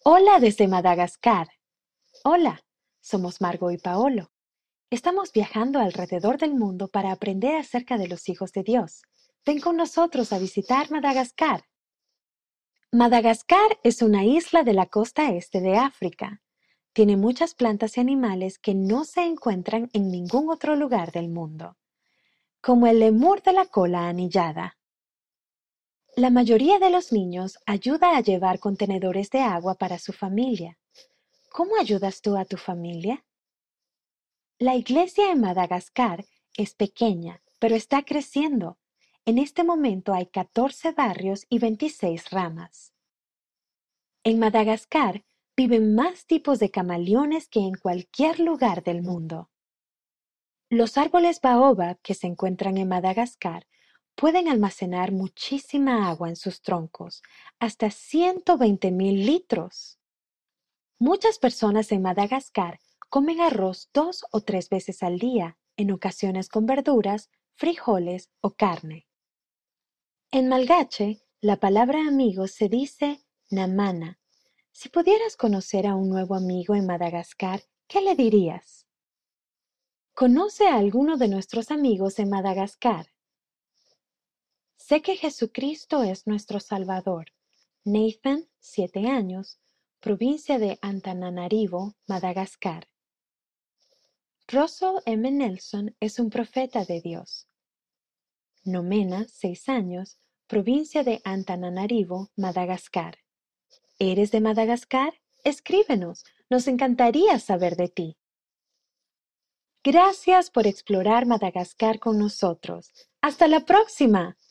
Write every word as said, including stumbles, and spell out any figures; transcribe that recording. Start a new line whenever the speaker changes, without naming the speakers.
Hola desde Madagascar. Hola, somos Margot y Paolo. Estamos viajando alrededor del mundo para aprender acerca de los hijos de Dios. Ven con nosotros a visitar Madagascar. Madagascar es una isla de la costa este de África. Tiene muchas plantas y animales que no se encuentran en ningún otro lugar del mundo, como el lemur de la cola anillada. La mayoría de los niños ayuda a llevar contenedores de agua para su familia. ¿Cómo ayudas tú a tu familia? La iglesia en Madagascar es pequeña, pero está creciendo. En este momento hay catorce barrios y veintiséis ramas. En Madagascar viven más tipos de camaleones que en cualquier lugar del mundo. Los árboles baobab que se encuentran en Madagascar pueden almacenar muchísima agua en sus troncos, hasta ciento veinte mil litros. Muchas personas en Madagascar comen arroz dos o tres veces al día, en ocasiones con verduras, frijoles o carne. En malgache, la palabra amigo se dice namana. Si pudieras conocer a un nuevo amigo en Madagascar, ¿qué le dirías? ¿Conoce a alguno de nuestros amigos en Madagascar? Sé que Jesucristo es nuestro Salvador. Nathan, siete años, provincia de Antananarivo, Madagascar. Russell M. Nelson es un profeta de Dios. Nomena, seis años, provincia de Antananarivo, Madagascar. ¿Eres de Madagascar? Escríbenos, nos encantaría saber de ti. Gracias por explorar Madagascar con nosotros. ¡Hasta la próxima!